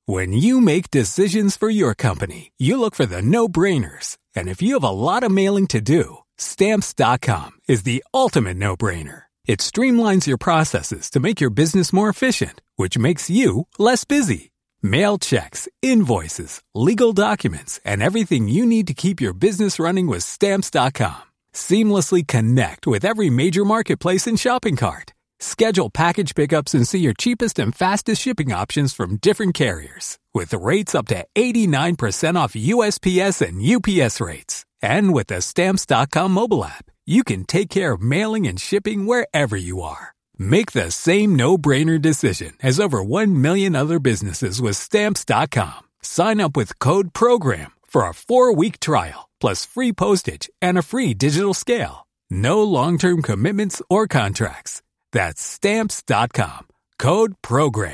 When you make decisions for your company, you look for the no-brainers. And if you have a lot of mailing to do, Stamps.com is the ultimate no-brainer. It streamlines your processes to make your business more efficient, which makes you less busy. Mail checks, invoices, legal documents, and everything you need to keep your business running with Stamps.com. Seamlessly connect with every major marketplace and shopping cart. Schedule package pickups and see your cheapest and fastest shipping options from different carriers. With rates up to 89% off USPS and UPS rates. And with the Stamps.com mobile app, you can take care of mailing and shipping wherever you are. Make the same no-brainer decision as over 1 million other businesses with Stamps.com. Sign up with code PROGRAM for a 4-week trial, plus free postage and a free digital scale. No long-term commitments or contracts. That's Stamps.com. Code PROGRAM.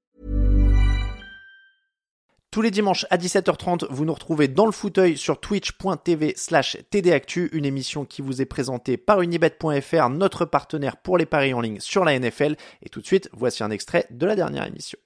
Tous les dimanches à 17h30, vous nous retrouvez dans le fauteuil sur twitch.tv/tdactu, une émission qui vous est présentée par unibet.fr, notre partenaire pour les paris en ligne sur la NFL. Et tout de suite, voici un extrait de la dernière émission.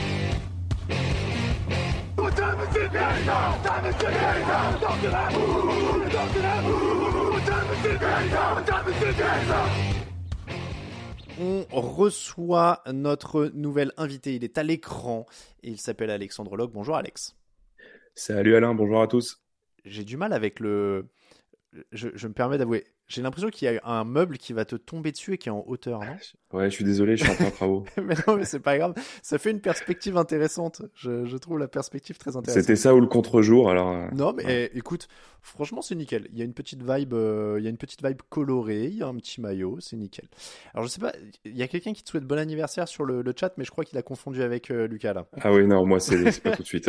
On reçoit notre nouvel invité, il est à l'écran et il s'appelle Alexandre Locke. Bonjour Alex. Salut Alain, bonjour à tous. J'ai du mal avec le... Je me permets d'avouer, j'ai l'impression qu'il y a un meuble qui va te tomber dessus et qui est en hauteur, non ? Ouais, je suis désolé, je suis en plein travaux. Mais non, mais c'est pas grave, ça fait une perspective intéressante. Je trouve la perspective très intéressante. C'était ça ou le contre-jour, alors... Non, mais ouais. écoute, franchement, c'est nickel. Il y a une petite vibe, colorée, il y a un petit maillot, c'est nickel. Alors, je sais pas, il y a quelqu'un qui te souhaite bon anniversaire sur le chat, mais je crois qu'il a confondu avec Lucas, là. Ah oui, non, moi, c'est pas tout de suite.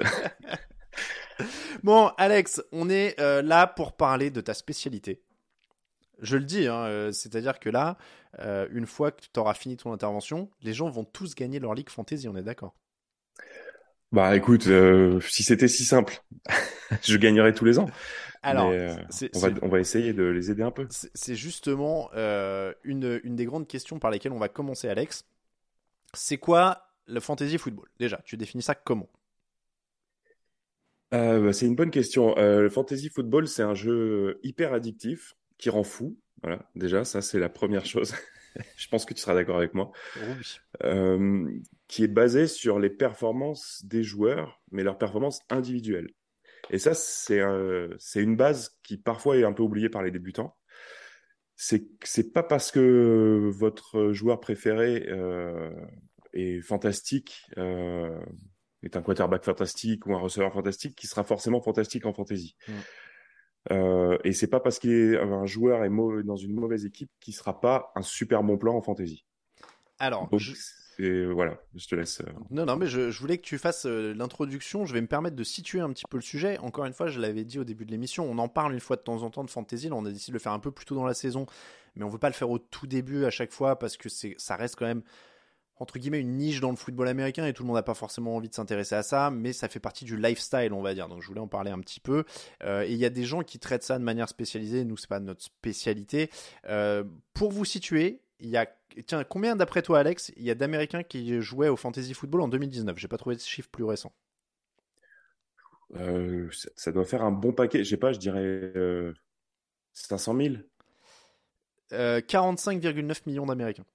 Bon, Alex, on est là pour parler de ta spécialité. Je le dis, hein, c'est-à-dire que là, une fois que tu auras fini ton intervention, les gens vont tous gagner leur Ligue Fantasy, on est d'accord ? Bah écoute, si c'était si simple, je gagnerais tous les ans. Alors, mais, on va essayer de les aider un peu. C'est justement une des grandes questions par lesquelles on va commencer, Alex. C'est quoi le fantasy football ? Déjà, tu définis ça comment ? C'est une bonne question. Le fantasy football, c'est un jeu hyper addictif qui rend fou. Voilà, déjà, ça, c'est la première chose. Je pense que tu seras d'accord avec moi. Oui. Qui est basé sur les performances des joueurs, mais leurs performances individuelles. Et ça, c'est une base qui parfois est un peu oubliée par les débutants. C'est pas parce que votre joueur préféré est fantastique, est un quarterback fantastique ou un receveur fantastique qui sera forcément fantastique en fantasy. Et c'est pas parce qu'un joueur est dans une mauvaise équipe qu'il sera pas un super bon plan en fantasy. Alors, donc, voilà, je te laisse. Non, mais je voulais que tu fasses l'introduction. Je vais me permettre de situer un petit peu le sujet. Encore une fois, je l'avais dit au début de l'émission, on en parle une fois de temps en temps de fantasy. Là, on a décidé de le faire un peu plus tôt dans la saison, mais on veut pas le faire au tout début à chaque fois parce que ça reste quand même entre guillemets une niche dans le football américain et tout le monde n'a pas forcément envie de s'intéresser à ça, mais ça fait partie du lifestyle, on va dire. Donc je voulais en parler un petit peu. Et il y a des gens qui traitent ça de manière spécialisée. Nous, c'est pas notre spécialité. Pour vous situer, tiens, combien d'après toi, Alex, il y a d'Américains qui jouaient au fantasy football en 2019 ? J'ai pas trouvé de chiffre plus récent. Ça doit faire un bon paquet. Je sais pas, je dirais 500 000. 45,9 millions d'Américains.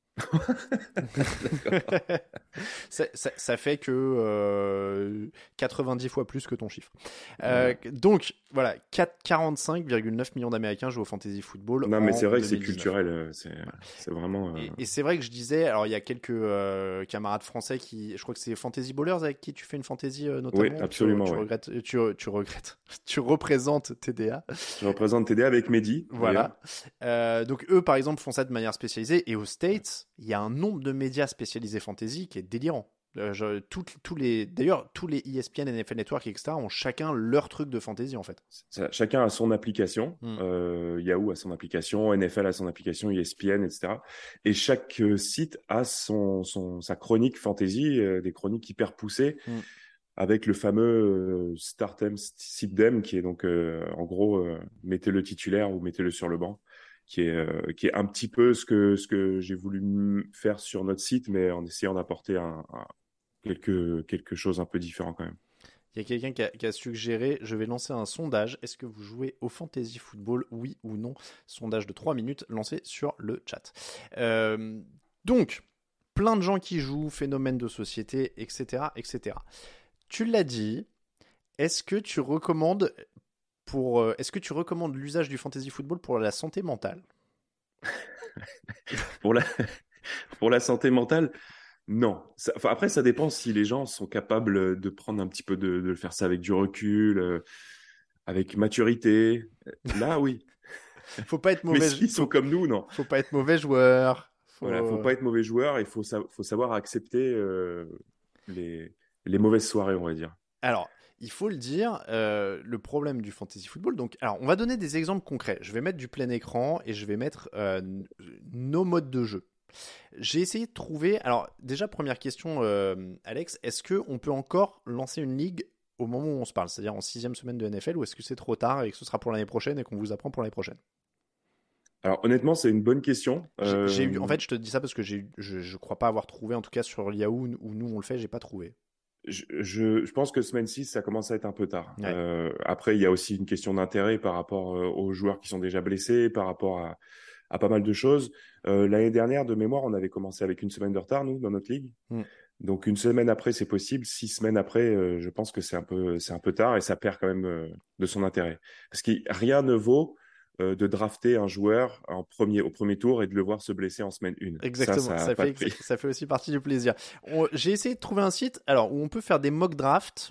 ça fait que 90 fois plus que ton chiffre. Donc voilà, 45,9 millions d'Américains jouent au fantasy football. Non, mais c'est vrai 2019. que c'est culturel, c'est vraiment. Et c'est vrai que je disais, alors il y a quelques camarades français je crois que c'est Fantasy Ballers avec qui tu fais une fantasy notamment. Oui, absolument. Tu regrettes, tu représentes TDA. Je représente TDA avec Mehdi. Voilà. Donc eux, par exemple, font ça de manière spécialisée. Et aux States, il y a un nombre de médias spécialisés fantasy qui est délirant. Tous les ESPN, NFL Network, etc. ont chacun leur truc de fantasy en fait. Chacun a son application. Yahoo a son application, NFL a son application, ESPN, etc. Et chaque site a sa chronique fantasy, des chroniques hyper poussées. Avec le fameux Startem Sitdem qui est donc en gros mettez-le titulaire ou mettez-le sur le banc, qui est un petit peu ce que j'ai voulu faire sur notre site, mais en essayant d'apporter quelque chose un peu différent quand même. Il y a quelqu'un qui a suggéré, je vais lancer un sondage. Est-ce que vous jouez au fantasy football, oui ou non? Sondage de 3 minutes lancé sur le chat. Donc, plein de gens qui jouent, phénomène de société, etc., etc. Tu l'as dit, est-ce que tu recommandes l'usage du fantasy football pour la santé mentale? Pour la, pour la santé mentale, non. Après, ça dépend si les gens sont capables de prendre un petit peu de faire ça avec du recul, avec maturité. Là, oui. Faut pas être Mais mauvais, s'ils sont comme nous, non. faut pas être mauvais joueur. Voilà, faut pas être mauvais joueur, il faut savoir accepter les, les mauvaises soirées, on va dire. Alors, il faut le dire, le problème du fantasy football. Donc, alors, on va donner des exemples concrets. Je vais mettre du plein écran et je vais mettre nos modes de jeu. J'ai essayé de trouver. Alors, déjà, première question, Alex, est-ce que on peut encore lancer une ligue au moment où on se parle, c'est-à-dire en 6e semaine de NFL, ou est-ce que c'est trop tard et que ce sera pour l'année prochaine et qu'on vous apprend pour l'année prochaine? Alors honnêtement, c'est une bonne question. En fait, je te dis ça parce que je crois pas avoir trouvé, en tout cas sur Yahoo où nous on le fait, j'ai pas trouvé. Je pense que semaine 6, ça commence à être un peu tard. Ouais. Après, il y a aussi une question d'intérêt par rapport aux joueurs qui sont déjà blessés, par rapport à pas mal de choses. L'année dernière, de mémoire, on avait commencé avec une semaine de retard, nous, dans notre ligue. Donc une semaine après, c'est possible. 6 semaines après, je pense que c'est un peu tard et ça perd quand même de son intérêt. Parce que rien ne vaut de drafter un joueur au premier tour et de le voir se blesser en semaine 1. Exactement, Ça a pas de prix. ça fait aussi partie du plaisir. J'ai essayé de trouver un site alors, où on peut faire des mock drafts.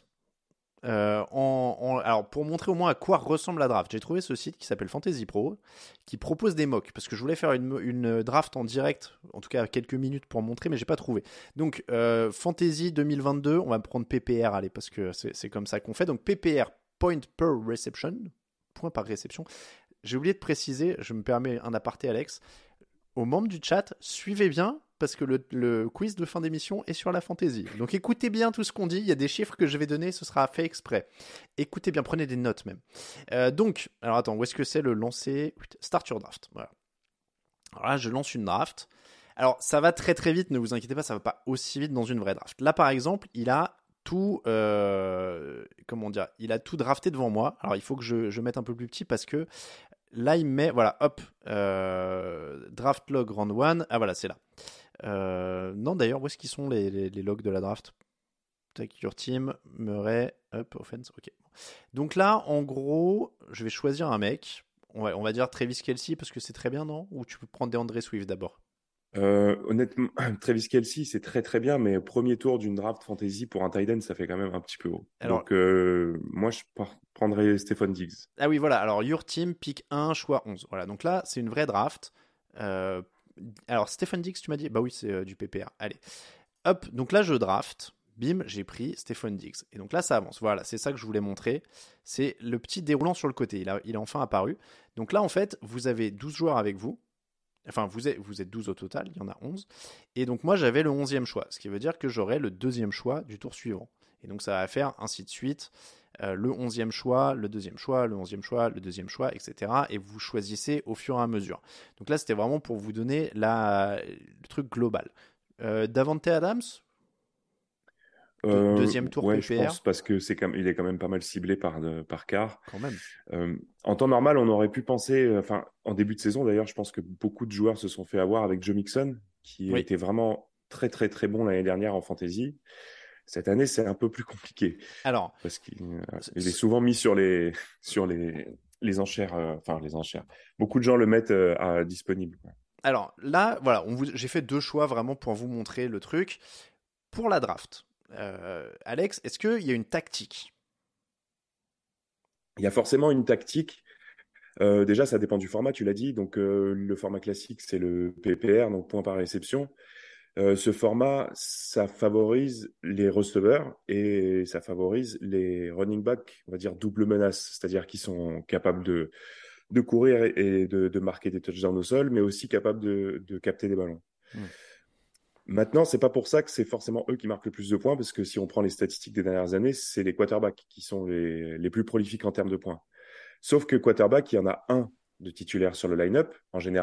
Alors pour montrer au moins à quoi ressemble la draft, j'ai trouvé ce site qui s'appelle Fantasy Pro, qui propose des mocks, parce que je voulais faire une draft en direct, en tout cas quelques minutes pour montrer, mais j'ai pas trouvé. Donc Fantasy 2022, on va prendre PPR, allez, parce que c'est comme ça qu'on fait. Donc PPR, point per reception, point par réception. J'ai oublié de préciser, je me permets un aparté, Alex. Aux membres du chat, suivez bien, parce que le quiz de fin d'émission est sur la fantaisie. Donc écoutez bien tout ce qu'on dit, il y a des chiffres que je vais donner, ce sera fait exprès. Écoutez bien, prenez des notes même. Donc, alors attends, où est-ce que c'est le lancer? Start your draft, voilà. Alors là, je lance une draft. Alors, ça va très très vite, ne vous inquiétez pas, ça va pas aussi vite dans une vraie draft. Là, par exemple, il a tout, comment dire, il a tout drafté devant moi. Alors, il faut que je mette un peu plus petit parce que là, il met, voilà, hop, draft log round 1. Ah voilà, c'est là. Non, d'ailleurs, où est-ce qu'ils sont les logs de la draft? Take your team, Murray, up, offense, ok. Donc là, en gros, je vais choisir un mec. On va dire Travis Kelce parce que c'est très bien, non? Ou tu peux prendre DeAndre Swift d'abord? Honnêtement, Travis Kelce, c'est très très bien, mais au premier tour d'une draft fantasy pour un tight end, ça fait quand même un petit peu haut. Alors, donc, moi, je prendrais Stephon Diggs. Ah oui, voilà. Alors, your team, pick 1, choix 11. Voilà, donc là, c'est une vraie draft. Alors, Stephen Diggs, tu m'as dit? Bah oui, c'est du PPR. Allez. Hop, donc là, je draft. Bim, j'ai pris Stephen Diggs. Et donc là, ça avance. Voilà, c'est ça que je voulais montrer. C'est le petit déroulant sur le côté. Il a enfin apparu. Donc là, en fait, vous avez 12 joueurs avec vous. Enfin, vous êtes 12 au total, il y en a 11. Et donc moi, j'avais le 11e choix, ce qui veut dire que j'aurai le 2e choix du tour suivant. Et donc ça va faire ainsi de suite, le 11e choix, le 2e choix, le 11e choix, le 2e choix, etc. Et vous choisissez au fur et à mesure. Donc là, c'était vraiment pour vous donner le truc global. Davante Adams, deuxième tour Ouais, PPR. je pense parce que il est quand même pas mal ciblé par Carr. Quand même. En temps normal, on aurait pu penser, enfin, en début de saison d'ailleurs, je pense que beaucoup de joueurs se sont fait avoir avec Joe Mixon, qui était vraiment très très très bon l'année dernière en fantasy. Cette année, c'est un peu plus compliqué. Alors, parce qu'il est souvent mis sur les enchères, enfin les enchères. Beaucoup de gens le mettent disponible. Alors là, voilà, j'ai fait 2 choix vraiment pour vous montrer le truc. Pour la draft, Alex, est-ce qu'il y a une tactique? Il y a forcément une tactique. Déjà, ça dépend du format, tu l'as dit. Donc, le format classique, c'est le PPR, donc point par réception. Ce format, ça favorise les receveurs et ça favorise les running backs, on va dire double menace, c'est-à-dire qu'ils sont capables de courir et de marquer des touchdowns au sol, mais aussi capables de capter des ballons. Maintenant, c'est pas pour ça que c'est forcément eux qui marquent le plus de points, parce que si on prend les statistiques des dernières années, c'est les quarterbacks qui sont les plus prolifiques en termes de points. Sauf que quarterback, il y en a un de titulaire sur le line-up, en général,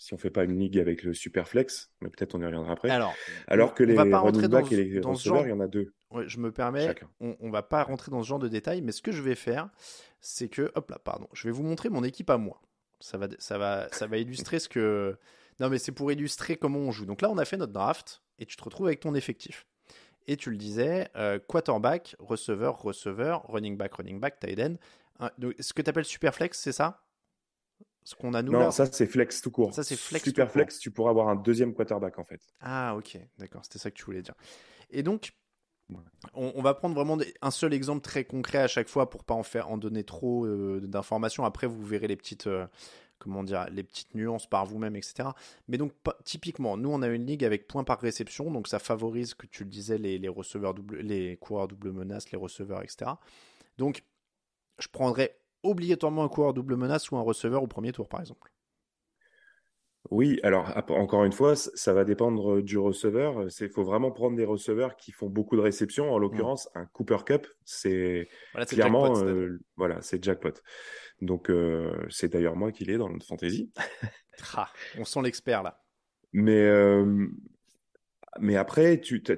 si on fait pas une ligue avec le Superflex, mais peut-être on y reviendra après. Alors, Alors que on va les pas rentrer running dans, back et les dans ce receveurs, genre. il y en a 2 Ouais, je me permets, chacun. on va pas rentrer dans ce genre de détails, mais ce que je vais faire, c'est que, hop là, pardon, je vais vous montrer mon équipe à moi. Ça va illustrer ce que. Non, mais c'est pour illustrer comment on joue. Donc là, on a fait notre draft et tu te retrouves avec ton effectif. Et tu le disais, quarterback, receveur, running back, tight end. Donc, ce que tu appelles Superflex, c'est ça? Ce qu'on a nous Non, là? ça c'est flex tout court. Ça, c'est flex tout court. Superflex, tu pourras avoir un deuxième quarterback en fait. Ah, ok, d'accord, c'était ça que tu voulais dire. Et donc, on va prendre vraiment un seul exemple très concret à chaque fois pour pas en donner trop d'informations. Après, vous verrez les petites, les petites nuances par vous-même, etc. Mais donc, typiquement, nous, on a une ligue avec points par réception, donc ça favorise, que tu le disais, les receveurs les coureurs double menace, les receveurs, etc. Donc, je prendrais obligatoirement un coureur double menace ou un receveur au premier tour, par exemple. Oui, alors encore une fois, ça va dépendre du receveur. Il faut vraiment prendre des receveurs qui font beaucoup de réceptions. En l'occurrence, un Cooper Cup, c'est Voilà, c'est clairement, jackpot, voilà, c'est jackpot. Donc, c'est d'ailleurs moi qui l'ai dans le fantasy. on sent l'expert là. Mais, euh, mais après,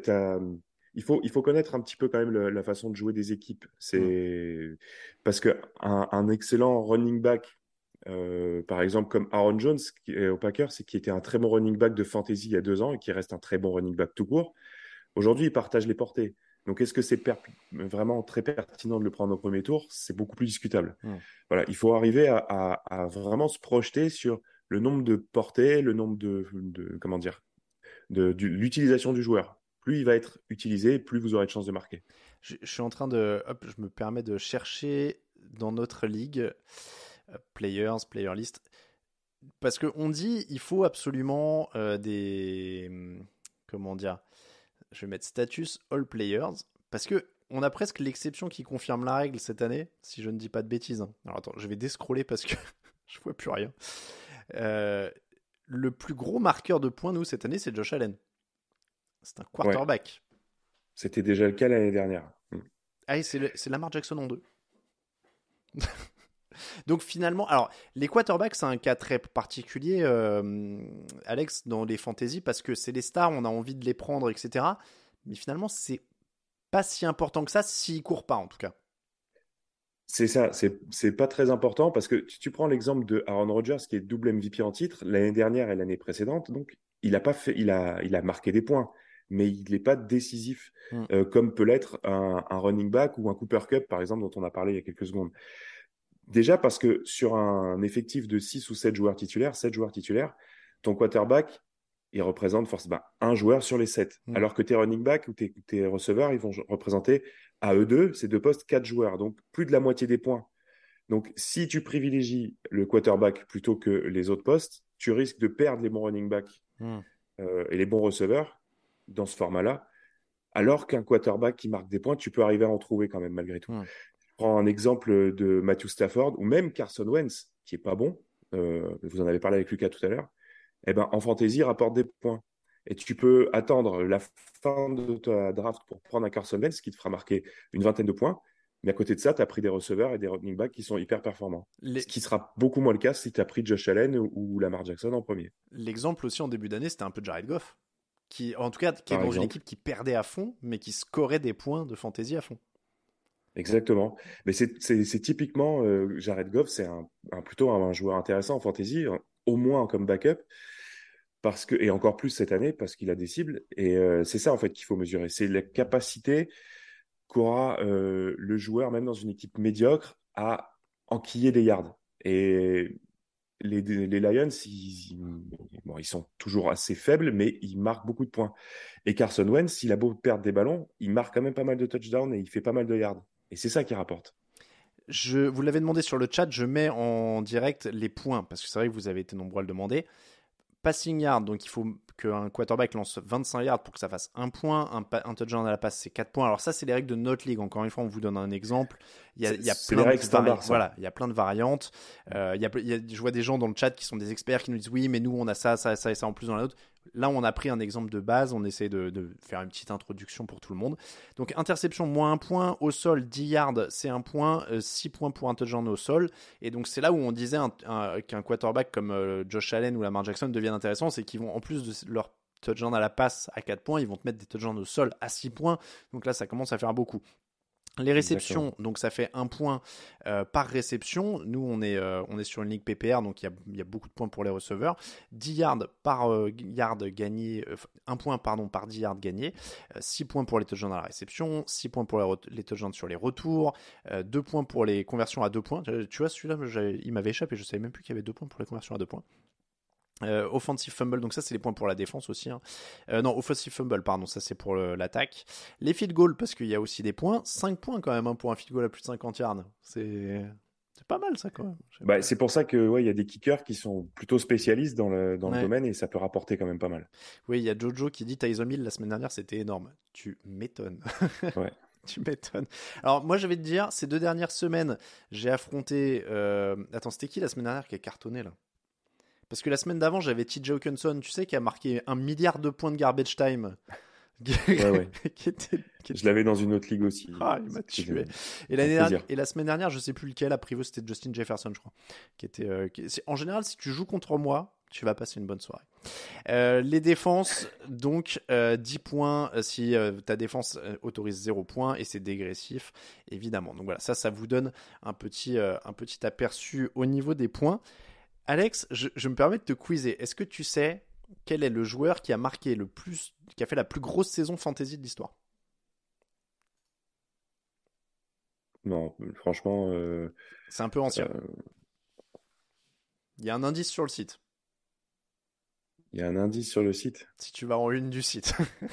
il faut connaître un petit peu quand même la façon de jouer des équipes. C'est parce que un excellent running back, par exemple comme Aaron Jones qui est au Packers, c'est qui était un très bon running back de fantasy il y a 2 ans et qui reste un très bon running back tout court. Aujourd'hui, il partage les portées. Donc, est-ce que c'est vraiment très pertinent de le prendre au premier tour? C'est beaucoup plus discutable. Voilà, il faut arriver à vraiment se projeter sur le nombre de portées, le nombre comment dire, l'utilisation du joueur. Plus il va être utilisé, plus vous aurez de chances de marquer. Je suis en train de. Hop, je me permets de chercher dans notre ligue player list. Parce qu'on dit il faut absolument des. Comment dire? Je vais mettre status all players. Parce que on a presque l'exception qui confirme la règle cette année, si je ne dis pas de bêtises. Alors attends, je vais descroller parce que je vois plus rien. Le plus gros marqueur de points, nous, cette année, c'est Josh Allen. C'est un quarterback. Ouais. C'était déjà le cas l'année dernière. Ah, c'est Lamar Jackson en 2. Donc finalement, alors les quarterbacks, c'est un cas très particulier, Alex, dans les fantasy, parce que c'est les stars, on a envie de les prendre, etc. Mais finalement, c'est pas si important que ça s'ils courent pas, en tout cas. C'est ça, c'est pas très important parce que tu prends l'exemple de Aaron Rodgers qui est double MVP en titre l'année dernière et l'année précédente, donc il a marqué des points, mais il n'est pas décisif comme peut l'être un running back ou un Cooper Cup par exemple dont on a parlé il y a quelques secondes. Déjà parce que sur un effectif de 6 ou 7 joueurs titulaires, ton quarterback, il représente forcément un joueur sur les 7. Alors que tes running back ou tes receveurs, ils vont représenter à eux deux, ces deux postes, 4 joueurs. Donc, plus de la moitié des points. Donc, si tu privilégies le quarterback plutôt que les autres postes, tu risques de perdre les bons running backs et les bons receveurs dans ce format-là. Alors qu'un quarterback qui marque des points, tu peux arriver à en trouver quand même malgré tout. Je prends un exemple de Matthew Stafford ou même Carson Wentz, qui est pas bon. Vous en avez parlé avec Lucas tout à l'heure. Eh ben, en fantasy, rapporte des points. Et tu peux attendre la fin de ta draft pour prendre un Carson Wentz qui te fera marquer une vingtaine de points. Mais à côté de ça, tu as pris des receveurs et des running backs qui sont hyper performants. Ce qui sera beaucoup moins le cas si tu as pris Josh Allen ou Lamar Jackson en premier. L'exemple aussi en début d'année, c'était un peu Jared Goff. En tout cas, qui est dans une équipe qui perdait à fond, mais qui scorait des points de fantasy à fond. Exactement. Mais c'est typiquement Jared Goff, c'est plutôt un joueur intéressant en fantasy, au moins comme backup. Et encore plus cette année parce qu'il a des cibles et c'est ça en fait qu'il faut mesurer, c'est la capacité qu'aura le joueur même dans une équipe médiocre à enquiller des yards. Et les Lions ils sont toujours assez faibles mais ils marquent beaucoup de points. Et Carson Wentz, s'il a beau perdre des ballons, il marque quand même pas mal de touchdowns et il fait pas mal de yards et c'est ça qui rapporte. Vous l'avez demandé sur le chat, je mets en direct les points parce que c'est vrai que vous avez été nombreux à le demander. Passing yard, donc il faut qu'un quarterback lance 25 yards pour que ça fasse 1 point. Un touchdown à la passe, c'est 4 points. Alors ça, c'est les règles de notre ligue. Encore une fois, on vous donne un exemple. il y a c'est plein les règles standards, ça. voilà, il y a plein de variantes. Je vois des gens dans le chat qui sont des experts qui nous disent oui, mais nous on a ça, ça, ça et ça en plus dans la note. Là, on a pris un exemple de base, on essaie de faire une petite introduction pour tout le monde. Donc, interception, moins 1 point. Au sol, 10 yards, c'est 1 point. 6 points pour un touchdown au sol. Et donc, c'est là où on disait qu'un quarterback comme Josh Allen ou Lamar Jackson devienne intéressant, c'est qu'ils vont, en plus de leur touchdown à la passe à 4 points, ils vont te mettre des touchdowns au sol à 6 points. Donc là, ça commence à faire beaucoup. Les réceptions, Exactement. donc ça fait 1 point par réception. Nous, on est sur une ligue PPR, donc il y a beaucoup de points pour les receveurs. 10 yards par yard gagné, 1 point par 10 yards gagnés. 6 points pour les touchdowns à la réception, 6 points pour les touchdowns sur les retours, 2 points pour les conversions à 2 points. Tu vois, celui-là, il m'avait échappé, je savais même plus qu'il y avait 2 points pour les conversions à 2 points. Offensive fumble, donc ça c'est les points pour la défense aussi. Non, offensive fumble, pardon, ça c'est pour l'attaque. Les field goals, parce qu'il y a aussi des points. 5 points quand même pour un field goal à plus de 50 yards. C'est pas mal ça quand même. Bah, c'est pour ça que il y a des kickers qui sont plutôt spécialistes dans le Ouais. domaine et ça peut rapporter quand même pas mal. Oui, il y a Jojo qui dit Tyson Hill la semaine dernière, c'était énorme. Tu m'étonnes. Ouais. Tu m'étonnes. Alors moi je vais te dire, ces 2 dernières semaines, j'ai affronté... Attends, c'était qui la semaine dernière qui a cartonné là? Parce que la semaine d'avant, j'avais TJ Hawkinson, tu sais, qui a marqué 1 milliard de points de garbage time. Ouais. qui était... Je l'avais dans une autre ligue aussi. Ah, il m'a tué. Et la semaine dernière, je sais plus lequel, a priori c'était Justin Jefferson, je crois. En général, si tu joues contre moi, tu vas passer une bonne soirée. Les défenses, donc 10 points si ta défense autorise 0 points et c'est dégressif, évidemment. Donc voilà, ça vous donne un petit aperçu au niveau des points. Alex, je me permets de te quizer. Est-ce que tu sais quel est le joueur qui a marqué le plus, qui a fait la plus grosse saison fantasy de l'histoire? Non, franchement. C'est un peu ancien. Il y a un indice sur le site. Il y a un indice sur le site. Si tu vas en une du site.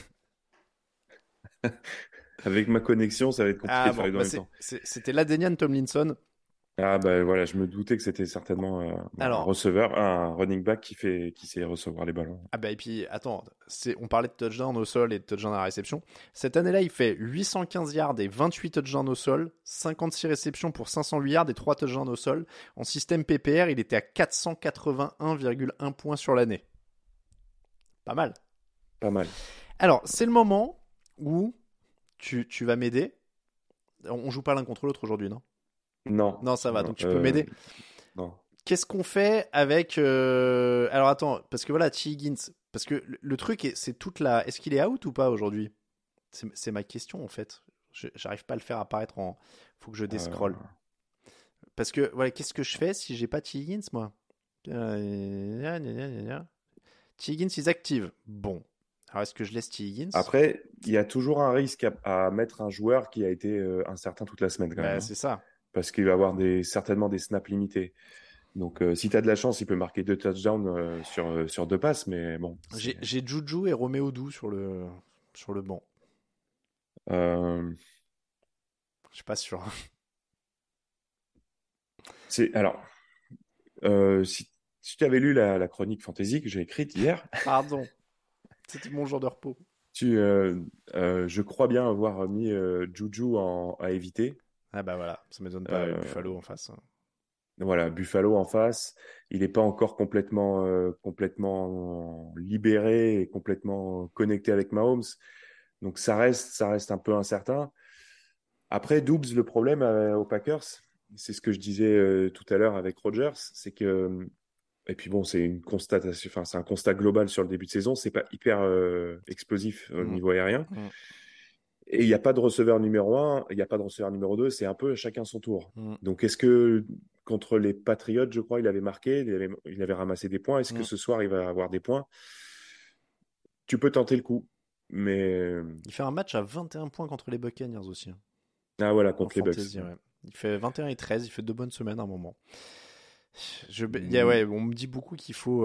Avec ma connexion, ça va être compliqué de faire les deux en même temps. C'était l'Adenian Tomlinson. Ah bah voilà, je me doutais que c'était certainement un receveur, un running back qui sait recevoir les ballons. Ah bah et puis attends, on parlait de touchdown au sol et de touchdown à la réception. Cette année-là, il fait 815 yards et 28 touchdowns au sol, 56 réceptions pour 508 yards et 3 touchdowns au sol. En système PPR, il était à 481,1 points sur l'année. Pas mal. Pas mal. Alors, c'est le moment où tu vas m'aider. On joue pas l'un contre l'autre aujourd'hui, non? Non, ça va, donc tu peux m'aider. Non. Qu'est-ce qu'on fait avec... Alors attends, parce que voilà, T. Higgins, parce que le truc, c'est toute la... Est-ce qu'il est out ou pas aujourd'hui? C'est ma question en fait. J'arrive pas à le faire apparaître en... Faut que je déscrolle. Parce que, voilà, qu'est-ce que je fais si j'ai pas T. Higgins, moi? T. Higgins is active. Bon. Alors, est-ce que je laisse T. Higgins? Après, il y a toujours un risque à mettre un joueur qui a été incertain toute la semaine quand même. C'est ça. Parce qu'il va avoir certainement des snaps limités. Donc, si tu as de la chance, il peut marquer 2 touchdowns sur 2 passes, mais bon. J'ai Juju et Roméo Doux sur le banc. Je suis pas sûr. Alors, si tu avais lu la chronique fantasy que j'ai écrite hier. Pardon, c'était mon jour de repos. Je crois bien avoir mis Juju à éviter. Ah bah voilà, ça ne m'étonne pas, Buffalo en face. Voilà, Buffalo en face. Il n'est pas encore complètement libéré et complètement connecté avec Mahomes. Donc ça reste un peu incertain. Après, Doubs, le problème aux Packers, c'est ce que je disais tout à l'heure avec Rodgers, c'est que, et puis bon, c'est une constatation, enfin c'est un constat global sur le début de saison, c'est pas hyper explosif au niveau aérien. Et il n'y a pas de receveur numéro 1, il n'y a pas de receveur numéro 2, c'est un peu chacun son tour. Donc est-ce que contre les Patriots, je crois, il avait marqué, il avait ramassé des points, est-ce que ce soir il va avoir des points? Tu peux tenter le coup, mais... Il fait un match à 21 points contre les Buccaneers aussi. Ah voilà, contre les Bucks. Ouais. Il fait 21 et 13, il fait 2 bonnes semaines à un moment. On me dit beaucoup qu'il faut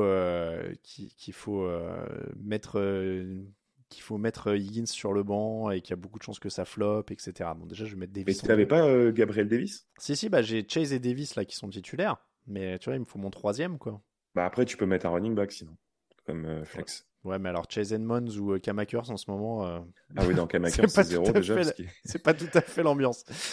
mettre Higgins sur le banc et qu'il y a beaucoup de chances que ça floppe, etc. Bon, déjà, je vais mettre Davis. Mais tu n'avais pas Gabriel Davis? Si, j'ai Chase et Davis là qui sont titulaires. Mais tu vois, il me faut mon 3e, quoi. Bah après, tu peux mettre un running back sinon, comme flex. Ouais, mais alors Chase Edmonds ou Cam Akers en ce moment. Ah oui, dans Cam Akers, c'est 0 déjà. C'est pas tout à fait l'ambiance.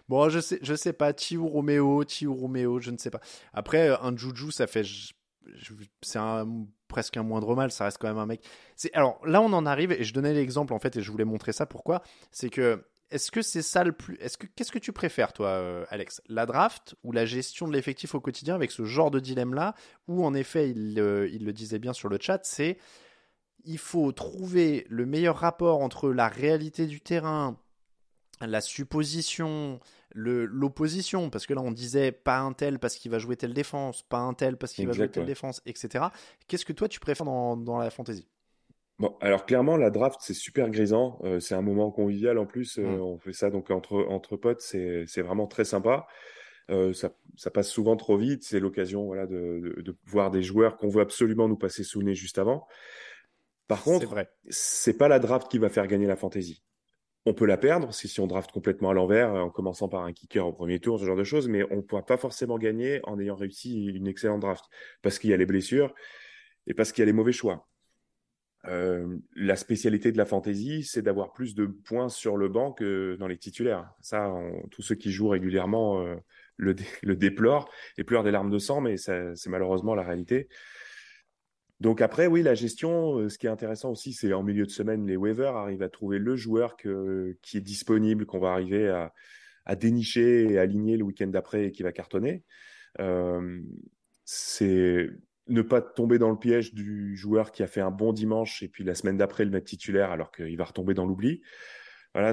Bon, je sais pas. Tiu Romeo, je ne sais pas. Après, un Juju, ça fait. C'est presque un moindre mal. Ça reste quand même un mec. Alors là, on en arrive et je donnais l'exemple en fait et je voulais montrer ça. Pourquoi? C'est que. Est-ce que c'est ça le plus. Qu'est-ce que tu préfères, toi, Alex? La draft ou la gestion de l'effectif au quotidien avec ce genre de dilemme-là où, en effet, il le disait bien sur le chat, c'est il faut trouver le meilleur rapport entre la réalité du terrain, la supposition, l'opposition, parce que là on disait pas un tel parce qu'il va jouer telle défense, pas un tel parce qu'il va jouer Exact, telle ouais. défense, etc. Qu'est-ce que toi tu préfères dans la fantasy? Bon, alors clairement, la draft, c'est super grisant. C'est un moment convivial en plus. Hmm. On fait ça donc entre potes, c'est vraiment très sympa. Ça passe souvent trop vite. C'est l'occasion voilà, de voir des joueurs qu'on veut absolument nous passer sous le nez juste avant. Par C'est contre, vrai. c'est pas la draft qui va faire gagner la fantasy. On peut la perdre si on draft complètement à l'envers, en commençant par un kicker au premier tour, ce genre de choses, mais on ne pourra pas forcément gagner en ayant réussi une excellente draft. Parce qu'il y a les blessures et parce qu'il y a les mauvais choix. La spécialité de la fantasy, c'est d'avoir plus de points sur le banc que dans les titulaires. Ça, tous ceux qui jouent régulièrement le déplorent et pleurent des larmes de sang, mais c'est malheureusement la réalité. Donc après, oui, la gestion, ce qui est intéressant aussi, c'est en milieu de semaine, les waivers arrivent à trouver le joueur qui est disponible, qu'on va arriver à dénicher et aligner le week-end d'après et qui va cartonner. Euh, c'est ne pas tomber dans le piège du joueur qui a fait un bon dimanche et puis la semaine d'après le mettre titulaire alors qu'il va retomber dans l'oubli. Voilà,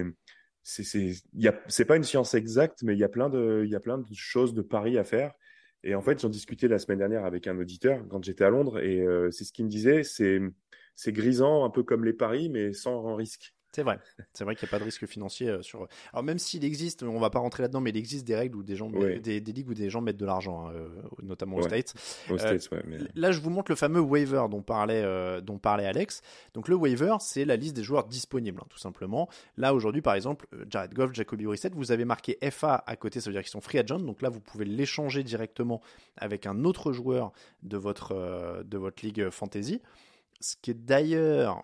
c'est pas une science exacte, mais il y a plein de choses de paris à faire. Et en fait, j'en discutais la semaine dernière avec un auditeur quand j'étais à Londres et c'est ce qu'il me disait, c'est grisant, un peu comme les paris, mais sans grand risque. C'est vrai. C'est vrai qu'il n'y a pas de risque financier sur. Alors même s'il existe, on va pas rentrer là-dedans, mais il existe des règles où Ouais, des ligues où des gens mettent de l'argent, hein, notamment aux ouais, States. aux Euh, States, ouais, mais Là, je vous montre le fameux waiver dont parlait Alex. Donc le waiver, c'est la liste des joueurs disponibles, hein, tout simplement. Là aujourd'hui, par exemple, Jared Goff, Jacoby Brissett, vous avez marqué FA à côté, ça veut dire qu'ils sont free agent. Donc là, vous pouvez l'échanger directement avec un autre joueur de votre ligue fantasy. Ce qui est d'ailleurs,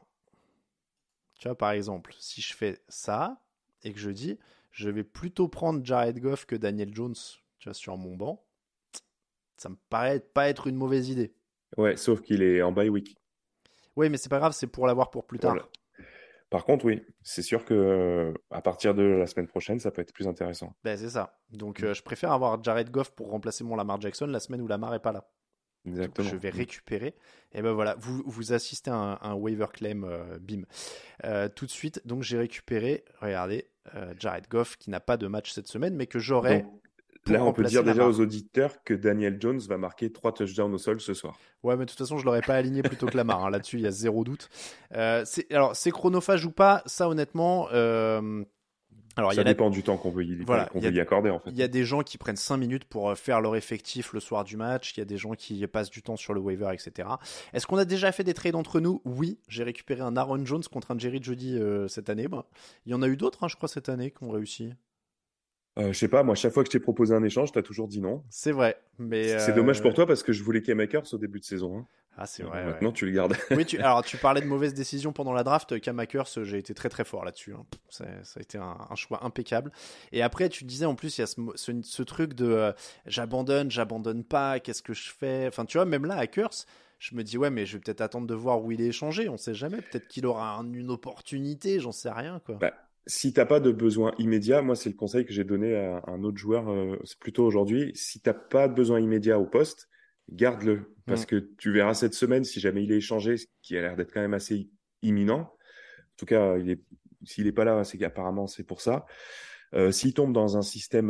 tu vois, par exemple, si je fais ça et que je dis, je vais plutôt prendre Jared Goff que Daniel Jones, tu vois, sur mon banc, ça me paraît pas être une mauvaise idée. ouais, sauf qu'il est en bye week. Oui, mais c'est pas grave, c'est pour l'avoir pour plus Pour le- tard. Par contre, oui, c'est sûr que à partir de la semaine prochaine, ça peut être plus intéressant. Ben, c'est ça. Donc, Mm. je préfère avoir Jared Goff pour remplacer mon Lamar Jackson la semaine où Lamar est pas là. Donc, je Exactement. vais Mm. récupérer. Et ben voilà, vous assistez à un waiver claim, bim. Tout de suite, donc j'ai récupéré, regardez, Jared Goff qui n'a pas de match cette semaine, mais que j'aurai Donc pour là, on peut remplacer dire déjà aux Lamar. auditeurs que Daniel Jones va marquer 3 touchdowns au sol ce soir. Ouais, mais de toute façon, je l'aurais pas aligné plutôt que Lamar, hein. Là-dessus, il y a zéro doute. Alors, c'est chronophage ou pas, ça honnêtement. Alors, il y Ça a la dépend du temps Voilà, qu'on veut y accorder, en fait. il y a des gens qui prennent 5 minutes pour faire leur effectif le soir du match. Il y a des gens qui passent du temps sur le waiver, etc. Est-ce qu'on a déjà fait des trades entre nous? Oui, j'ai récupéré un Aaron Jones contre un Jerry Jeudy cette année. Bah, il y en a eu d'autres, hein, je crois, cette année qui ont réussi. Je sais pas, moi, chaque fois que je t'ai proposé un échange, t'as toujours dit non. C'est vrai, mais C'est dommage pour toi parce que je voulais Cam Akers au début de saison, hein. ah, c'est vrai, ouais. Maintenant, tu le gardes. Oui, alors tu parlais de mauvaises décisions pendant la draft. Cam Akers, j'ai été très très fort là-dessus, hein. Ça a été un choix impeccable. Et après, tu disais en plus, il y a ce truc de j'abandonne pas, qu'est-ce que je fais? Enfin, tu vois, même là, Akers, je me dis, ouais, mais je vais peut-être attendre de voir où il est échangé. On sait jamais. Peut-être qu'il aura une opportunité, j'en sais rien, quoi. Bah, si t'as pas de besoin immédiat, moi, c'est le conseil que j'ai donné à un autre joueur, c'est plutôt aujourd'hui. Si t'as pas de besoin immédiat au poste, garde-le. Hmm. Parce que tu verras cette semaine, si jamais il est échangé, ce qui a l'air d'être quand même assez imminent. En tout cas, s'il est pas là, c'est qu'apparemment c'est pour ça. S'il tombe dans un système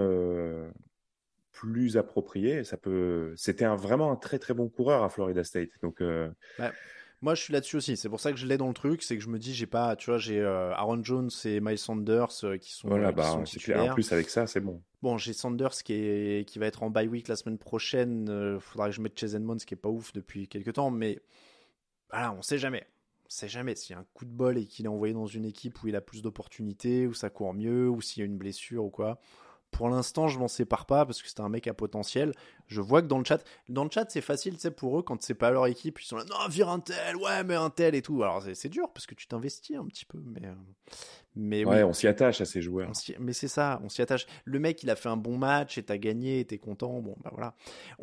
plus approprié, C'était vraiment un très très bon coureur à Florida State. Donc, Ouais. Moi, je suis là-dessus aussi. C'est pour ça que je l'ai dans le truc. C'est que je me dis, j'ai pas, tu vois, j'ai Aaron Jones et Miles Sanders voilà, qui sont bah, c'est clair. En titulaires. plus, avec ça, c'est bon. Bon, j'ai Sanders qui va être en bye week la semaine prochaine. Faudra que je mette Chase Edmonds, qui est pas ouf depuis quelques temps. Mais voilà, on sait jamais. On sait jamais s'il y a un coup de bol et qu'il est envoyé dans une équipe où il a plus d'opportunités, où ça court mieux, ou s'il y a une blessure ou quoi. Pour l'instant, je m'en sépare pas parce que c'est un mec à potentiel. Je vois que dans le chat, c'est facile, tu sais, pour eux, quand c'est pas leur équipe, ils sont là, non, vire un tel, ouais, mais un tel et tout. Alors, c'est dur parce que tu t'investis un petit peu, mais Ouais, oui. on s'y attache à ces joueurs. Mais c'est ça, on s'y attache. Le mec, il a fait un bon match et t'as gagné et t'es content. Bon, bah voilà.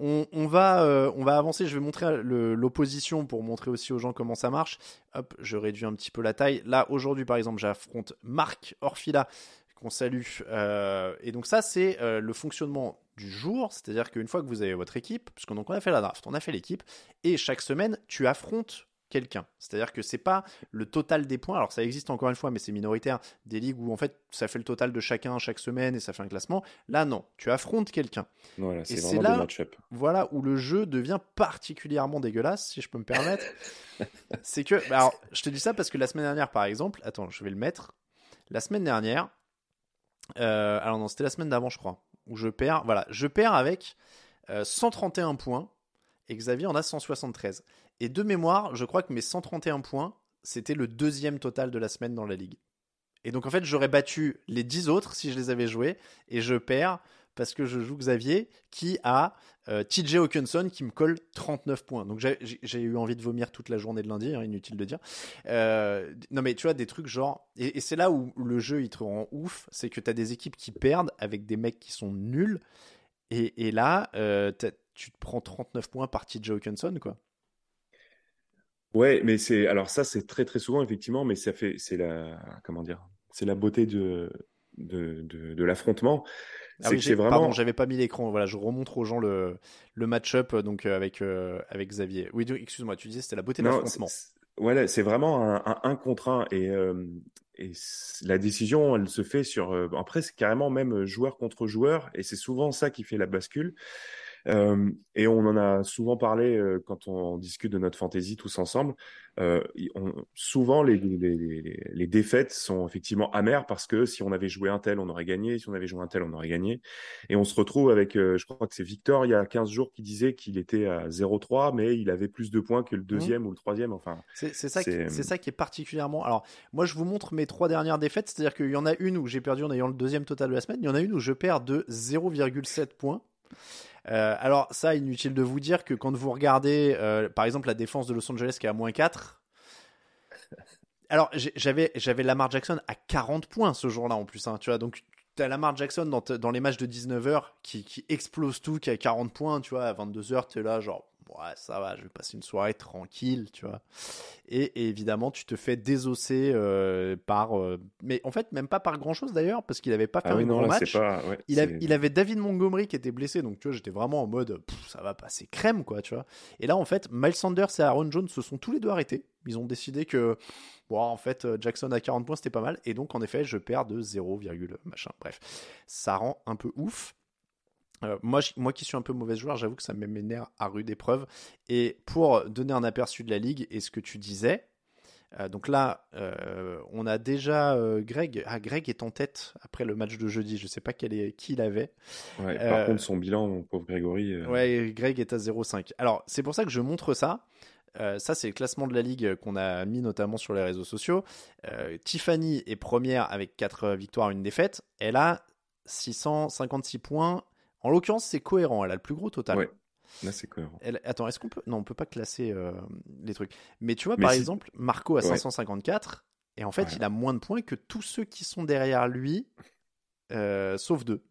On va avancer. Je vais montrer l'opposition pour montrer aussi aux gens comment ça marche. Hop, je réduis un petit peu la taille. Là, aujourd'hui, par exemple, j'affronte Marc Orfila, qu'on salue. Et donc ça, c'est le fonctionnement du jour. C'est-à-dire qu'une fois que vous avez votre équipe, puisqu'on donc on a fait la draft, on a fait l'équipe, et chaque semaine, tu affrontes quelqu'un. C'est-à-dire que c'est pas le total des points. Alors ça existe encore une fois, mais c'est minoritaire. Des ligues où en fait ça fait le total de chacun chaque semaine et ça fait un classement. Là non, tu affrontes quelqu'un. Voilà, Et c'est c'est vraiment des là, match-up. voilà, où le jeu devient particulièrement dégueulasse, si je peux me permettre. C'est que, bah, alors, je te dis ça parce que la semaine dernière, par exemple, attends, je vais le mettre. La semaine dernière, alors non, c'était la semaine d'avant, je crois, où je perds. Voilà, je perds avec 131 points et Xavier en a 173. Et de mémoire, je crois que mes 131 points, c'était le deuxième total de la semaine dans la ligue. Et donc en fait, j'aurais battu les 10 autres si je les avais joués, et je perds parce que je joue Xavier qui a TJ Hawkinson qui me colle 39 points. Donc j'ai eu envie de vomir toute la journée de lundi, hein, inutile de dire. Non mais tu vois, des trucs genre... Et c'est là où le jeu il te rend ouf, c'est que tu as des équipes qui perdent avec des mecs qui sont nuls, et là, tu te prends 39 points par TJ Hawkinson, quoi. Ouais, mais alors ça, c'est très très souvent effectivement, mais comment dire, c'est la beauté de l'affrontement, Ah c'est oui, que c'est pardon, vraiment, j'avais pas mis l'écran. Voilà, je remontre aux gens le match-up donc avec Xavier. Oui, excuse-moi, tu disais c'était la beauté de non, l'affrontement. voilà, c'est vraiment un contre un et la décision, elle se fait après c'est carrément même joueur contre joueur et c'est souvent ça qui fait la bascule. Et on en a souvent parlé quand on discute de notre fantasy tous ensemble. Souvent, les défaites sont effectivement amères parce que si on avait joué un tel, on aurait gagné. Si on avait joué un tel, on aurait gagné. Et on se retrouve avec, je crois que c'est Victor, il y a 15 jours, qui disait qu'il était à 0-3, mais il avait plus de points que le Hmm. deuxième ou le troisième. Enfin, c'est... C'est ça qui est particulièrement. Alors, moi, je vous montre mes 3 dernières défaites. C'est-à-dire qu'il y en a une où j'ai perdu en ayant le deuxième total de la semaine. Il y en a une où je perds de 0,7 points. Alors, ça, inutile de vous dire que quand vous regardez, par exemple, la défense de Los Angeles qui est à -4. Alors, j'avais Lamar Jackson à 40 points ce jour-là en plus. Hein, tu vois, donc tu as Lamar Jackson dans les matchs de 19h qui explose tout, qui a 40 points. Tu vois, à 22h, tu es là, genre, ouais, ça va, je vais passer une soirée tranquille, tu vois. Et évidemment, tu te fais désosser mais en fait, même pas par grand-chose d'ailleurs, parce qu'il n'avait pas fait Ah un oui, non, gros là, match. ouais, Il avait David Montgomery qui était blessé, donc tu vois, j'étais vraiment en mode, ça va passer crème, quoi, tu vois. Et là, en fait, Miles Sanders et Aaron Jones se sont tous les deux arrêtés. Ils ont décidé que, bon, en fait, Jackson à 40 points, c'était pas mal. Et donc, en effet, je perds de 0, machin. Bref, ça rend un peu ouf. Moi qui suis un peu mauvais joueur, j'avoue que ça me met mes nerfs à rude épreuve. Et pour donner un aperçu de la ligue et ce que tu disais, donc là, on a déjà Greg. Ah, Greg est en tête après le match de jeudi. Je sais pas qui il avait. ouais. Par Euh, contre, son bilan, mon pauvre Grégory. ouais, Greg est à 0,5. Alors, c'est pour ça que je montre ça. Ça, c'est le classement de la ligue qu'on a mis notamment sur les réseaux sociaux. Tiffany est première avec 4 victoires, 1 défaite. Elle a 656 points. En l'occurrence, c'est cohérent. Elle a le plus gros total. Ouais, là, c'est cohérent. Attends, est-ce qu'on peut... Non, on peut pas classer les trucs. Mais tu vois, Mais par si, exemple, Marco a ouais, 554. Et en fait, ouais. il a moins de points que tous ceux qui sont derrière lui, sauf 2.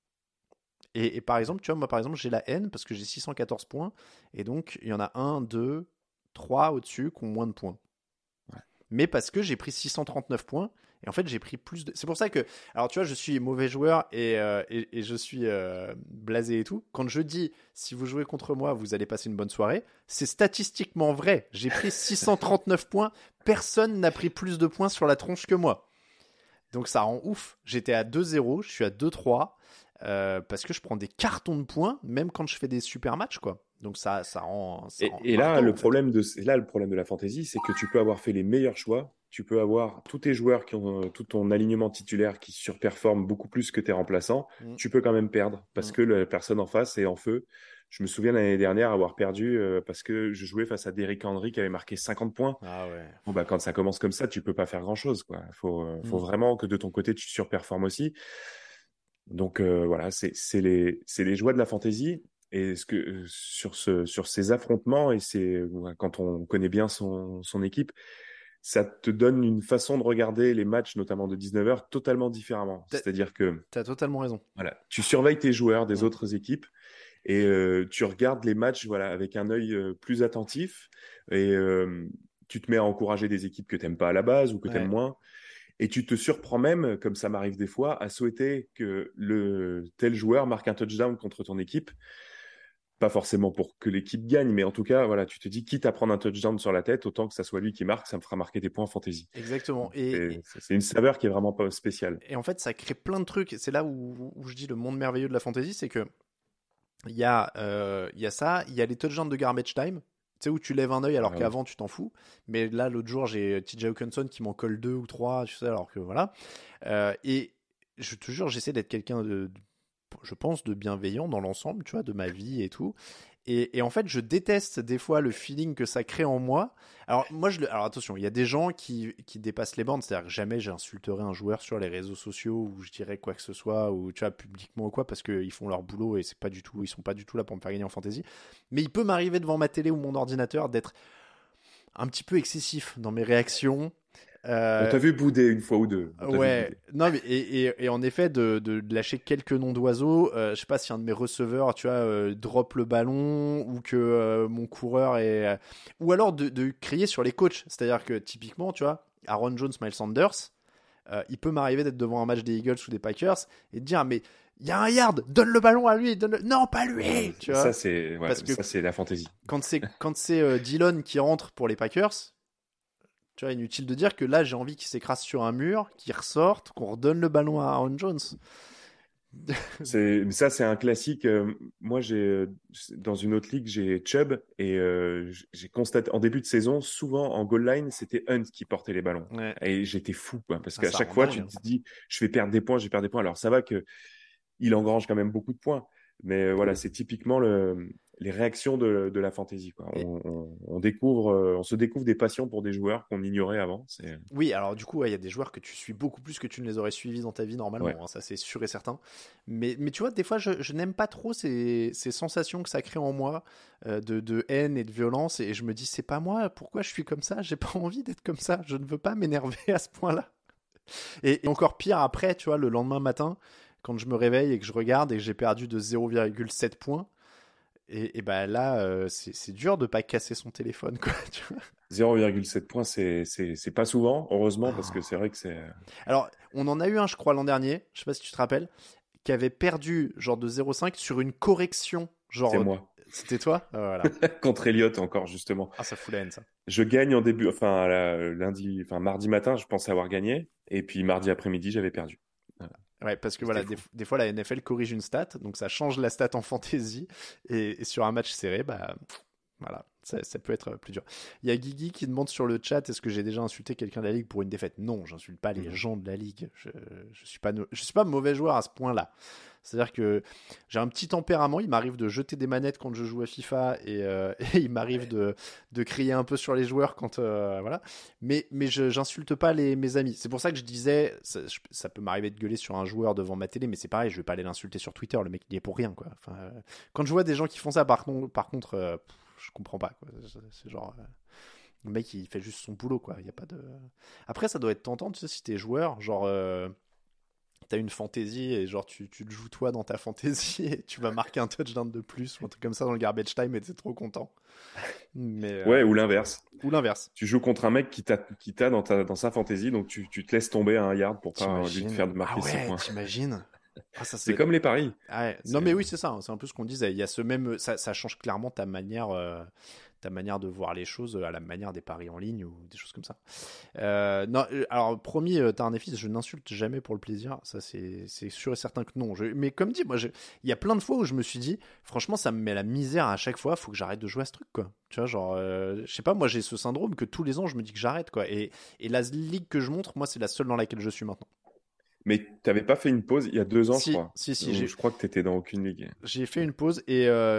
Et par exemple, tu vois, moi, par exemple, j'ai la haine parce que j'ai 614 points. Et donc, il y en a 1, 2, 3 au-dessus qui ont moins de points. Mais parce que j'ai pris 639 points. Et en fait, j'ai pris plus de. C'est pour ça que. Alors, tu vois, je suis mauvais joueur et je suis blasé et tout. Quand je dis si vous jouez contre moi, vous allez passer une bonne soirée, c'est statistiquement vrai. J'ai pris 639 points. Personne n'a pris plus de points sur la tronche que moi. Donc, ça rend ouf. J'étais à 2-0, je suis à 2-3. Parce que je prends des cartons de points, même quand je fais des super matchs, quoi. Donc, ça rend Et là, marteau, le en fait. problème là, le problème de la fantasy, c'est que tu peux avoir fait les meilleurs choix. Tu peux avoir tous tes joueurs qui ont tout ton alignement titulaire qui surperforme beaucoup plus que tes remplaçants. Mm, Tu peux quand même perdre parce mm. que la personne en face est en feu. Je me souviens l'année dernière avoir perdu parce que je jouais face à Derrick Henry qui avait marqué 50 points. Ah ouais. Bon, bah, quand ça commence comme ça, tu peux pas faire grand-chose, quoi. Faut Mm. vraiment que de ton côté, tu surperformes aussi. Donc voilà, c'est les joies de la fantasy. Et sur ces affrontements, et quand on connaît bien son équipe, ça te donne une façon de regarder les matchs, notamment de 19h, totalement différemment. T'as, C'est-à-dire que t'as totalement raison. voilà, tu surveilles tes joueurs des Mm. autres équipes et tu regardes les matchs voilà, avec un œil plus attentif et tu te mets à encourager des équipes que tu n'aimes pas à la base ou que tu aimes Ouais. moins. Et tu te surprends même, comme ça m'arrive des fois, à souhaiter que le tel joueur marque un touchdown contre ton équipe. Pas forcément pour que l'équipe gagne, mais en tout cas, voilà, tu te dis, quitte à prendre un touchdown sur la tête, autant que ça soit lui qui marque, ça me fera marquer des points en fantasy. Exactement. C'est une saveur qui est vraiment pas spéciale. Et en fait, ça crée plein de trucs. C'est là où je dis le monde merveilleux de la fantasy, c'est que il y a ça, il y a les touchdowns de garbage time. Tu sais, où tu lèves un œil alors Ah oui. qu'avant tu t'en fous. Mais là, l'autre jour, j'ai TJ Hawkinson qui m'en colle 2 ou 3, tu sais, alors que voilà. Et je te jure, j'essaie d'être quelqu'un je pense, de bienveillant dans l'ensemble, tu vois, de ma vie et tout. Et en fait, je déteste des fois le feeling que ça crée en moi. Alors, alors attention, il y a des gens qui dépassent les bornes, c'est-à-dire que jamais j'insulterai un joueur sur les réseaux sociaux ou je dirais quoi que ce soit, ou tu vois, publiquement ou quoi, parce qu'ils font leur boulot et ils sont pas du tout là pour me faire gagner en fantasy. Mais il peut m'arriver devant ma télé ou mon ordinateur d'être un petit peu excessif dans mes réactions. On Euh, t'a vu bouder une fois ou deux. On t'a vu Ouais, bouder. non, mais et en effet, de lâcher quelques noms d'oiseaux. Je sais pas si un de mes receveurs, tu vois, drop le ballon ou que mon coureur est. Ou alors de crier sur les coachs. C'est-à-dire que typiquement, tu vois, Aaron Jones, Miles Sanders, il peut m'arriver d'être devant un match des Eagles ou des Packers et de dire, mais il y a un yard, donne le ballon à lui, non, pas lui, tu vois. Parce que Ça, c'est la fantaisie. quand c'est Dillon qui rentre pour les Packers. Tu vois, inutile de dire que là, j'ai envie qu'il s'écrase sur un mur, qu'il ressorte, qu'on redonne le ballon à Aaron Jones. Ça, c'est un classique. Moi, dans une autre ligue, j'ai Chubb et j'ai constaté en début de saison, souvent en goal line, c'était Hunt qui portait les ballons. Ouais. Et j'étais fou, quoi, parce qu'à Ça chaque rend fois, dingue, tu hein. te dis, je vais perdre des points, je vais perdre des points. Alors, ça va que il engrange quand même beaucoup de points. Mais voilà, c'est typiquement les réactions de la fantasy, quoi. Et, On se découvre des passions pour des joueurs qu'on ignorait avant. oui, alors du coup, ouais, il y a des joueurs que tu suis beaucoup plus que tu ne les aurais suivis dans ta vie Ouais. normalement, hein, ça c'est sûr et certain. Mais tu vois, des fois, je n'aime pas trop ces sensations que ça crée en moi de haine et de violence, et je me dis, c'est pas moi, pourquoi je suis comme ça? J'ai pas envie d'être comme ça, je ne veux pas m'énerver à ce point-là. Et encore pire après, tu vois, le lendemain matin, quand je me réveille et que je regarde et que j'ai perdu de 0,7 points. Et bah là, c'est dur de pas casser son téléphone, quoi. Tu vois. 0,7 points, c'est pas souvent, heureusement, parce que Oh. c'est vrai que c'est. Alors, on en a eu un, je crois, l'an dernier, je sais pas si tu te rappelles, qui avait perdu genre de 0,5 sur une correction. C'est Genre, moi. c'était toi? Voilà. Contre Elliott, encore, justement. Ah, ça fout la haine, ça. Je gagne en début, enfin, lundi, enfin, mardi matin, je pensais avoir gagné. Et puis, mardi après-midi, j'avais perdu. Voilà. Ouais, parce que C'était voilà, fou. des fois, la NFL corrige une stat, donc ça change la stat en fantasy, et sur un match serré, bah, voilà, ça peut être plus dur. Il y a Guigui qui demande sur le chat, est-ce que j'ai déjà insulté quelqu'un de la ligue pour une défaite? Non, j'insulte pas les Mhm. gens de la ligue. Je suis pas mauvais joueur à ce point-là. C'est-à-dire que j'ai un petit tempérament, il m'arrive de jeter des manettes quand je joue à FIFA et il m'arrive de crier un peu sur les joueurs quand voilà. Mais j'insulte pas mes amis. C'est pour ça que je disais, ça peut m'arriver de gueuler sur un joueur devant ma télé, mais c'est pareil, je vais pas aller l'insulter sur Twitter. Le mec il y est pour rien quoi. Enfin, quand je vois des gens qui font ça, par contre, je comprends pas quoi. C'est genre le mec il fait juste son boulot quoi. Il y a pas de. Après ça doit être tentant, tu sais, si t'es joueur, genre. T'as une fantaisie et genre tu le joues toi dans ta fantaisie et tu vas marquer un touchdown de plus ou un truc comme ça dans le garbage time et t'es trop content. Mais Ouais, ou l'inverse. ou l'inverse. Tu joues contre un mec qui t'a dans sa fantaisie, donc tu te laisses tomber à un yard pour pas lui te T'imagines? faire Ah marquer 6 ouais, points. t'imagines? Ah ça C'est doit être. comme les paris. Ah ouais. Non C'est mais oui c'est ça, hein, c'est un peu ce qu'on disait. Il y a ce même, ça change clairement ta manière de voir les choses à la manière des paris en ligne ou des choses comme ça. Non, alors promis, t'as un fils, je n'insulte jamais pour le plaisir, ça c'est sûr et certain que non. Mais comme dit, il y a plein de fois où je me suis dit, franchement, ça me met la misère à chaque fois, faut que j'arrête de jouer à ce truc, quoi. Tu vois, genre, je sais pas, moi j'ai ce syndrome que tous les ans je me dis que j'arrête, quoi. Et la ligue que je montre, moi c'est la seule dans laquelle je suis maintenant. Mais t'avais pas fait une pause il y a 2 ans, je Si, crois. si, Où je crois que t'étais dans aucune ligue. j'ai fait une pause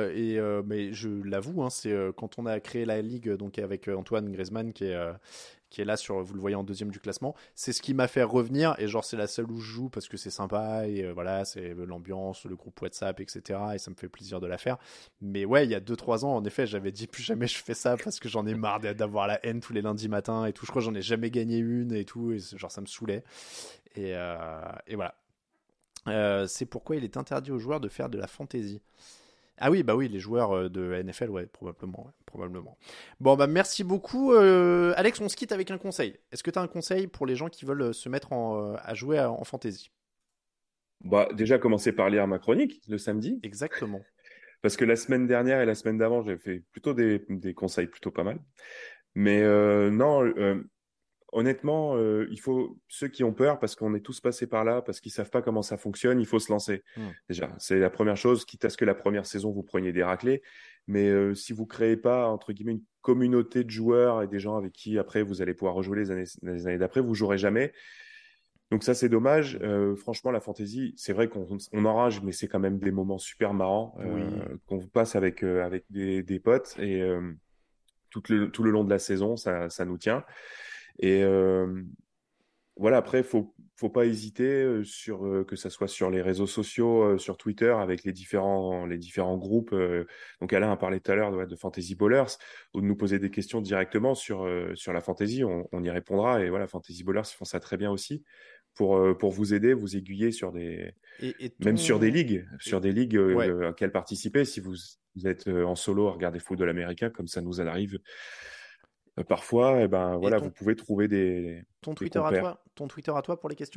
mais je l'avoue, hein, c'est quand on a créé la ligue donc avec Antoine Griezmann qui est là vous le voyez en 2e du classement. C'est ce qui m'a fait revenir, et genre c'est la seule où je joue parce que c'est sympa, et voilà, c'est l'ambiance, le groupe WhatsApp, etc. Et ça me fait plaisir de la faire. Mais ouais, il y a 2-3 ans, en effet, j'avais dit plus jamais je fais ça parce que j'en ai marre d'avoir la haine tous les lundis matins et tout. Je crois que j'en ai jamais gagné une et tout, et genre ça me saoulait. Et voilà. C'est pourquoi il est interdit aux joueurs de faire de la fantasy. Ah oui, bah oui, les joueurs de NFL, ouais, probablement. Bon, bah merci beaucoup. Alex, on se quitte avec un conseil. Est-ce que tu as un conseil pour les gens qui veulent se mettre à jouer en fantasy ? Bah, déjà, commencer par lire ma chronique le samedi. Exactement. Parce que la semaine dernière et la semaine d'avant, j'ai fait plutôt des conseils plutôt pas mal. Mais non, honnêtement, il faut ceux qui ont peur, parce qu'on est tous passés par là, parce qu'ils savent pas comment ça fonctionne, il faut se lancer. Déjà, c'est la première chose, quitte à ce que la première saison vous preniez des raclées. Mais si vous créez pas entre guillemets une communauté de joueurs et des gens avec qui après vous allez pouvoir rejouer les années d'après, vous jouerez jamais. Donc ça c'est dommage. Franchement, la fantasy, c'est vrai qu'on enrage, mais c'est quand même des moments super marrants qu'on passe avec des potes, et tout le long de la saison, ça nous tient. Et voilà, après, faut pas hésiter que ça soit sur les réseaux sociaux, sur Twitter, avec les différents groupes. Donc Alain a parlé tout à l'heure de Fantasy Ballers, ou de nous poser des questions directement sur la fantasy. On y répondra. Et voilà, Fantasy Ballers, ils font ça très bien aussi pour vous aider, vous aiguiller sur même sur des ligues, Ouais. auxquelles participer. Si vous êtes en solo à regarder football américain, comme ça nous arrive parfois, voilà, vous pouvez trouver des Twitter compères. Ton Twitter à toi pour les questions ?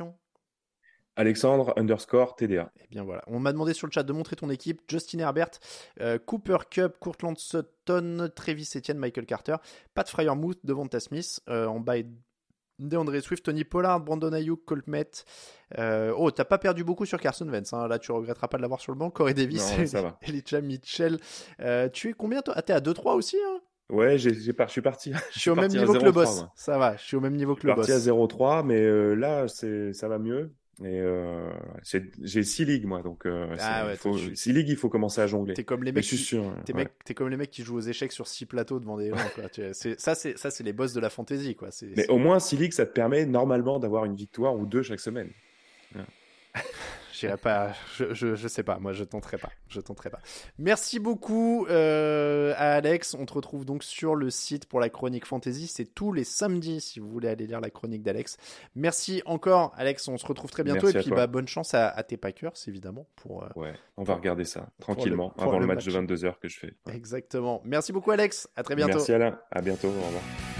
Alexandre_TDA. Eh bien voilà. On m'a demandé sur le chat de montrer ton équipe. Justin Herbert, Cooper Kupp, Courtland Sutton, Travis Etienne, Michael Carter, Pat Freiermuth, Devonta Smith, en bas DeAndre Swift, Tony Pollard, Brandon Ayuk, Colt Met. T'as pas perdu beaucoup sur Carson Wentz, hein. Là tu regretteras pas de l'avoir sur le banc. Corey Davis, non, ça va. Elijah Mitchell. Tu es combien toi ? T'es à 2-3 aussi, hein ? Ouais, je suis parti. Je suis au même niveau que le boss. Moi. Ça va, je suis au même niveau que le boss. Je suis parti à 0-3, mais là, ça va mieux. Et j'ai 6 ligues, moi. Donc, 6 ligues, il faut commencer à jongler. T'es comme les mecs, t'es comme les mecs qui jouent aux échecs sur 6 plateaux devant des gens, quoi. C'est les boss de la fantasy, quoi. Mais au moins, 6 ligues, ça te permet normalement d'avoir une victoire ou 2 chaque semaine. Ouais. J'irai pas, je sais pas, moi je tenterai pas. Merci beaucoup à Alex. On te retrouve donc sur le site pour la chronique fantasy. C'est tous les samedis si vous voulez aller lire la chronique d'Alex. Merci encore Alex, on se retrouve très bientôt. Merci, et puis bonne chance à tes Packers évidemment. On va regarder ça tranquillement avant le match de 22h que je fais. Ouais. Exactement. Merci beaucoup Alex, à très bientôt. Merci Alain, à bientôt, au revoir.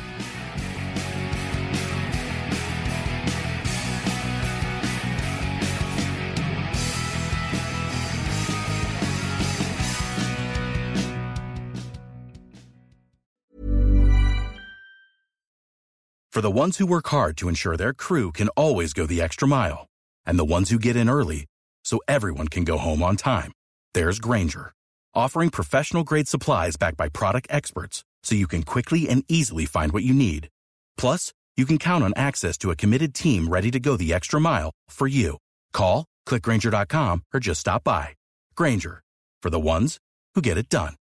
For the ones who work hard to ensure their crew can always go the extra mile, and the ones who get in early so everyone can go home on time, there's Grainger, offering professional-grade supplies backed by product experts so you can quickly and easily find what you need. Plus, you can count on access to a committed team ready to go the extra mile for you. Call, click Grainger.com, or just stop by. Grainger, for the ones who get it done.